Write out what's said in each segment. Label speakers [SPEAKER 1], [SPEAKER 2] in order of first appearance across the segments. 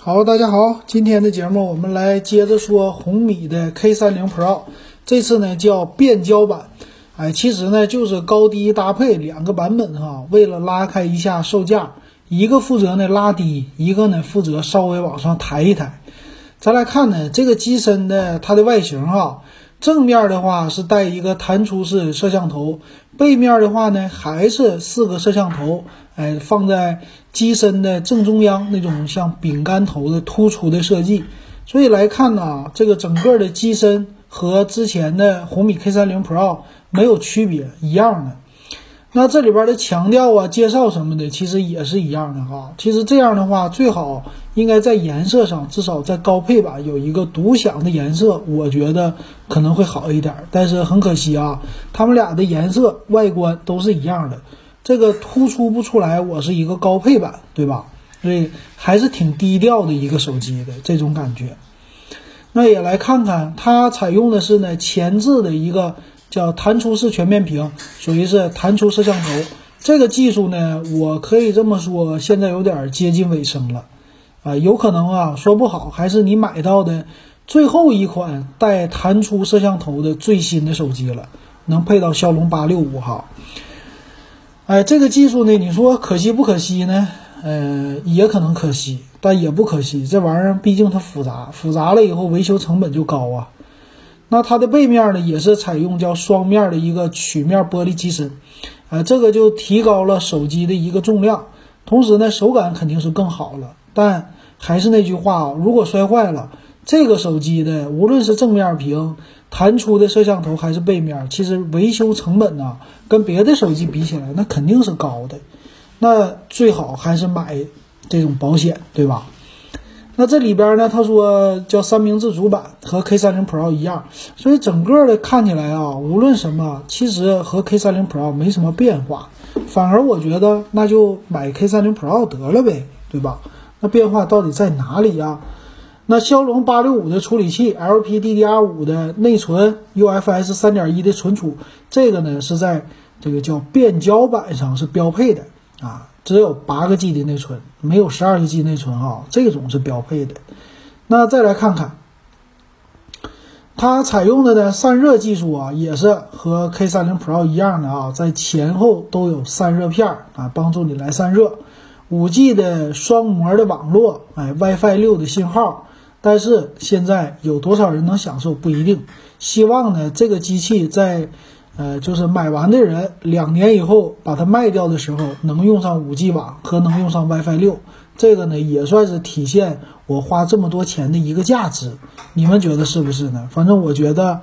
[SPEAKER 1] 好，大家好，今天的节目我们来接着说红米的 K30 Pro， 这次呢叫变焦版。其实呢就是高低搭配两个版本哈，为了拉开一下售价，一个负责呢拉低，一个呢负责稍微往上抬一抬。咱来看呢这个机身的它的外形哈，正面的话是带一个弹出式摄像头，背面的话呢还是4个摄像头，放在机身的正中央，那种像饼干头的突出的设计。所以来看呢，这个整个的机身和之前的红米 K30 Pro 没有区别，一样的。那这里边的强调啊、介绍什么的，其实也是一样的哈。其实这样的话，最好应该在颜色上，至少在高配版有一个独享的颜色，我觉得可能会好一点。但是很可惜啊，他们俩的颜色、外观都是一样的，这个突出不出来我是一个高配版，对吧？所以还是挺低调的一个手机的这种感觉。那也来看看，它采用的是呢前置的一个叫弹出式全面屏，属于是弹出摄像头。这个技术呢，我可以这么说，现在有点接近尾声了，有可能啊，说不好还是你买到的最后一款带弹出摄像头的最新的手机了，能配到骁龙865哈。这个技术呢，你说可惜不可惜呢？也可能可惜，但也不可惜。这玩意儿毕竟它复杂了以后维修成本就高啊。那它的背面呢，也是采用叫双面的一个曲面玻璃机身，这个就提高了手机的一个重量，同时呢，手感肯定是更好了。但还是那句话，如果摔坏了，这个手机的无论是正面屏、弹出的摄像头还是背面，其实维修成本呢，跟别的手机比起来，那肯定是高的。那最好还是买这种保险，对吧？那这里边呢，他说叫三明治主板，和 K30 Pro 一样，所以整个的看起来啊，无论什么，其实和 K30 Pro 没什么变化，反而我觉得那就买 K30 Pro 得了呗，对吧？那变化到底在哪里呀？那骁龙865的处理器 ，LPDDR5 的内存 ，UFS 3.1 的存储，这个呢是在这个叫变焦版上是标配的啊。只有8个 G 的内存，没有12个 G 内存啊，这种是标配的。那再来看看，它采用的呢散热技术啊，也是和 K30 Pro 一样的啊，在前后都有散热片啊，帮助你来散热。5G 的双模的网络，WiFi 6的信号，但是现在有多少人能享受不一定。希望呢这个机器在就是买完的人2年以后把它卖掉的时候，能用上5G 网和能用上 WiFi 6，这个呢也算是体现我花这么多钱的一个价值。你们觉得是不是呢？反正我觉得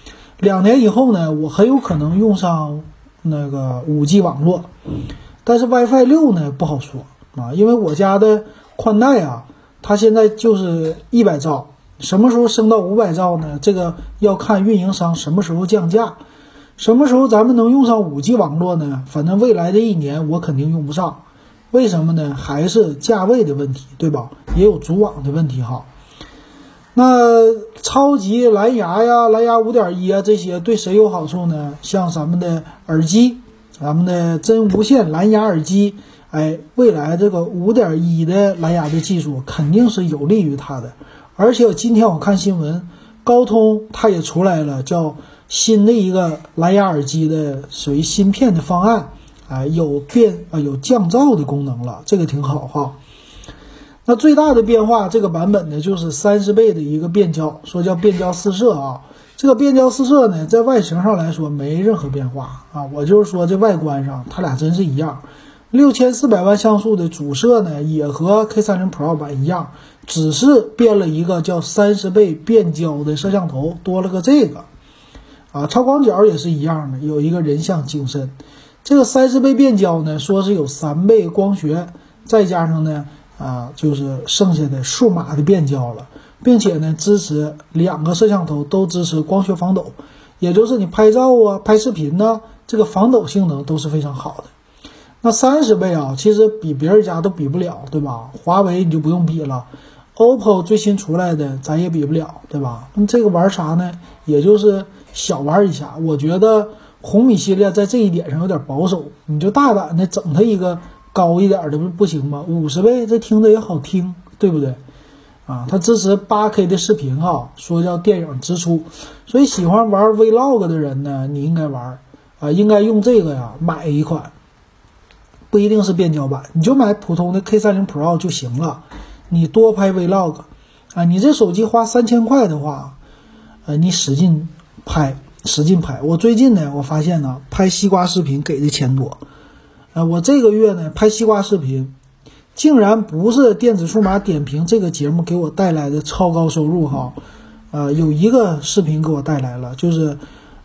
[SPEAKER 1] 2年以后呢，我很有可能用上那个5G 网络，但是 WiFi 6呢不好说啊，因为我家的宽带啊，它现在就是100兆，什么时候升到500兆呢？这个要看运营商什么时候降价。什么时候咱们能用上5G 网络呢？反正未来的1年我肯定用不上。为什么呢？还是价位的问题，对吧？也有组网的问题哈。那超级蓝牙呀、蓝牙 5.1 啊，这些对谁有好处呢？像咱们的耳机，咱们的真无线蓝牙耳机，未来这个 5.1 的蓝牙的技术肯定是有利于它的。而且今天我看新闻，高通它也出来了，叫新的一个蓝牙耳机的属于芯片的方案，有降噪的功能了，这个挺好哈。那最大的变化，这个版本呢就是30倍的一个变焦，说叫变焦四摄啊。这个变焦四摄呢，在外形上来说没任何变化啊，我就是说这外观上它俩真是一样。6400万像素的主摄呢，也和 K30 Pro 版一样，只是变了一个叫30倍变焦的摄像头，多了个这个。超广角也是一样的，有一个人像景深。这个30倍变焦呢，说是有3倍光学，再加上呢，就是剩下的数码的变焦了，并且呢，支持2个摄像头都支持光学防抖，也就是你拍照啊、拍视频呢，这个防抖性能都是非常好的。那30倍啊，其实比别人家都比不了，对吧？华为你就不用比了。OPPO 最新出来的咱也比不了，对吧？那这个玩啥呢？也就是小玩一下。我觉得红米系列在这一点上有点保守，你就大胆的整它一个高一点的不行吗？50倍这听着也好听，对不对？ 啊，它支持 8K 的视频哈，说叫电影直出，所以喜欢玩 Vlog 的人呢，你应该玩啊，应该用这个呀，买一款，不一定是变焦版，你就买普通的 K30 Pro 就行了，你多拍 Vlog 啊，你这手机花3000块的话，你使劲拍，使劲拍。我最近呢，我发现呢，拍西瓜视频给的钱多，我这个月呢拍西瓜视频。竟然不是电子数码点评这个节目给我带来的超高收入哈，有一个视频给我带来了，就是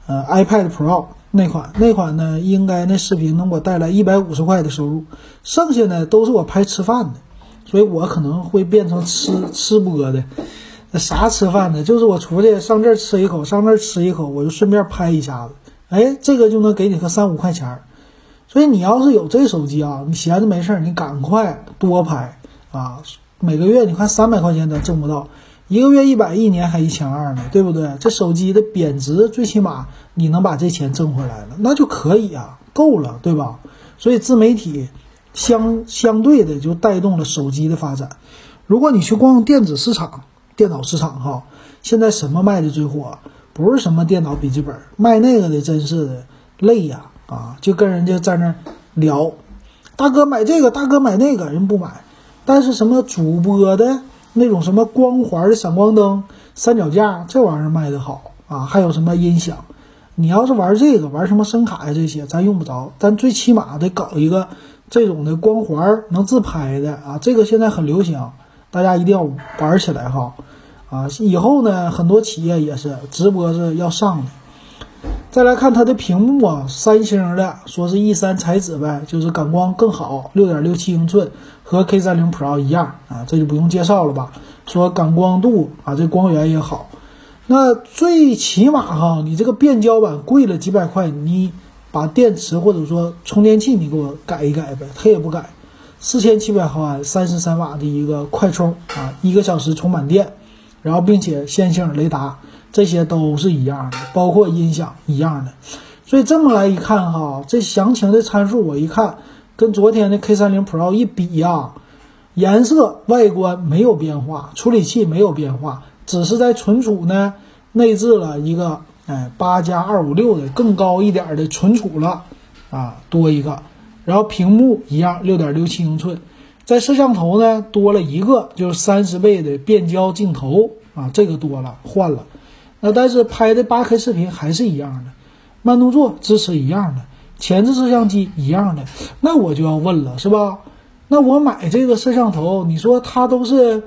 [SPEAKER 1] iPad Pro 那款呢，应该那视频能给我带来150块的收入，剩下呢都是我拍吃饭的，所以我可能会变成吃播的。啥吃饭的？就是我出去上这儿吃一口，上那儿吃一口，我就顺便拍一下子，这个就能给你个3-5块钱。所以你要是有这手机啊，你闲着没事你赶快多拍啊！每个月你看300块钱咱挣不到，一个月100，一年还1200呢，对不对？这手机的贬值，最起码你能把这钱挣回来了，那就可以啊，够了，对吧？所以自媒体相对的就带动了手机的发展。如果你去逛电子市场、电脑市场哈，现在什么卖的最火？不是什么电脑笔记本，卖那个的真是的累呀！就跟人家在那聊，大哥买这个，大哥买那个，人不买。但是什么主播的那种什么光环的闪光灯、三脚架，这玩意儿卖的好啊。还有什么音响，你要是玩这个，玩什么声卡呀这些，咱用不着。但最起码得搞一个这种的光环能自拍的啊，这个现在很流行，大家一定要玩起来哈。以后呢，很多企业也是直播是要上的。再来看它的屏幕啊，三星的，说是 E3 材质呗，就是感光更好， 6.67 英寸，和 K30 Pro 一样啊，这就不用介绍了吧。说感光度啊，这光源也好。那最起码哈，你这个变焦版贵了几百块，你把电池或者说充电器你给我改一改呗，它也不改。4700毫安33瓦的一个快充啊，1个小时充满电，然后并且线性雷达。这些都是一样的，包括音响一样的，所以这么来一看哈，这详情的参数我一看，跟昨天的 K30 Pro 一比啊，颜色、外观没有变化，处理器没有变化，只是在存储呢内置了一个8+256的更高一点的存储了啊，多一个，然后屏幕一样 6.67 英寸，在摄像头呢多了一个，就是30倍的变焦镜头啊，这个多了换了。那但是拍的 8K 视频还是一样的，慢动作支持一样的，前置摄像机一样的，那我就要问了，是吧？那我买这个摄像头，你说它都是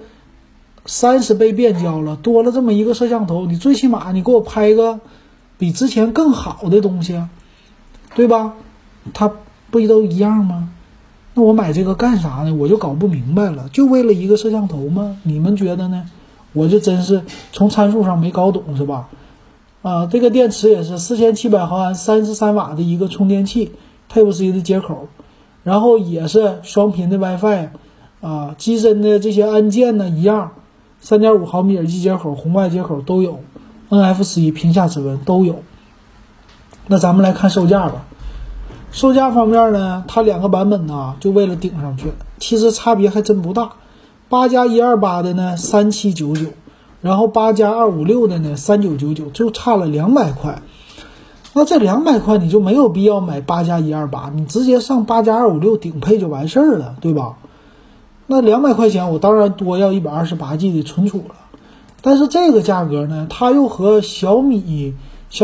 [SPEAKER 1] 30倍变焦了，多了这么一个摄像头，你最起码你给我拍个比之前更好的东西啊，对吧？它不都一样吗？那我买这个干啥呢？我就搞不明白了，就为了一个摄像头吗？你们觉得呢？我就真是从参数上没搞懂，是吧？这个电池也是4700毫安33瓦的一个充电器 Type-C 的接口，然后也是双频的 WiFi 机身的这些按键呢一样， 3.5 毫米耳机接口、红外接口都有， NFC 屏下指纹都有。那咱们来看售价吧。售价方面呢，它两个版本呢就为了顶上去，其实差别还真不大。8+128的呢3799，然后8+256的呢3999，就差了200块。那这200块你就没有必要买8+128，你直接上8+256顶配就完事儿了，对吧？那200块钱我当然多要128G 的存储了，但是这个价格呢，它又和小米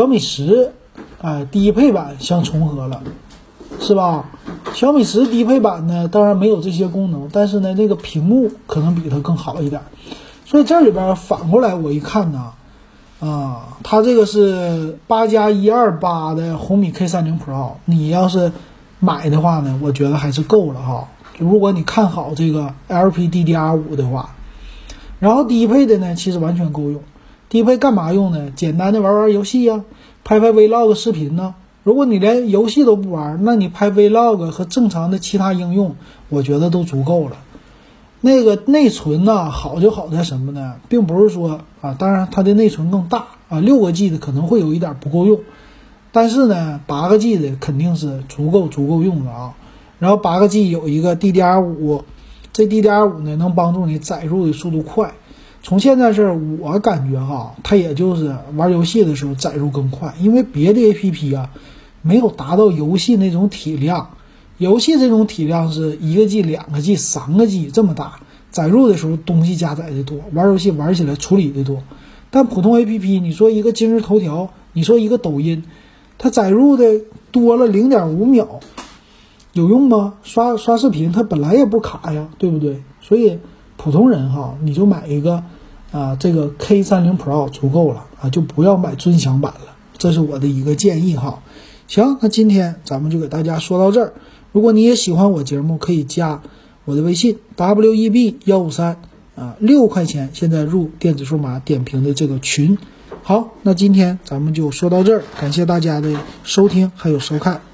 [SPEAKER 1] 10低配版相重合了，是吧？小米10低配版呢，当然没有这些功能，但是呢，那个屏幕可能比它更好一点。所以这里边反过来我一看呢，它这个是8+128的红米 K30 Pro， 你要是买的话呢，我觉得还是够了哈。如果你看好这个 LPDDR5 的话，然后低配的呢，其实完全够用。低配干嘛用呢？简单的玩游戏呀，拍 Vlog 视频呢。如果你连游戏都不玩，那你拍 Vlog 和正常的其他应用，我觉得都足够了。那个内存呢，好就好在什么呢？并不是说当然它的内存更大6个 G 的可能会有一点不够用，但是呢8个 G 的肯定是足够用的啊。然后8个 G 有一个 DDR5， 这 DDR5 呢能帮助你载入的速度快。 从现在这儿我感觉哈，它也就是玩游戏的时候载入更快，因为别的 APP 啊没有达到游戏那种体量。游戏这种体量是1个 G、2个 G、3个 G 这么大，载入的时候东西加载的多，玩游戏玩起来处理的多。但普通 APP， 你说一个今日头条，你说一个抖音，它载入的多了 0.5秒，有用吗？刷视频它本来也不卡呀，对不对？所以普通人哈，你就买一个这个 K30 Pro 足够了啊，就不要买尊享版了，这是我的一个建议哈。行，那今天咱们就给大家说到这儿。如果你也喜欢我节目，可以加我的微信 WEB153 6块钱，现在入电子数码点评的这个群。好，那今天咱们就说到这儿，感谢大家的收听还有收看。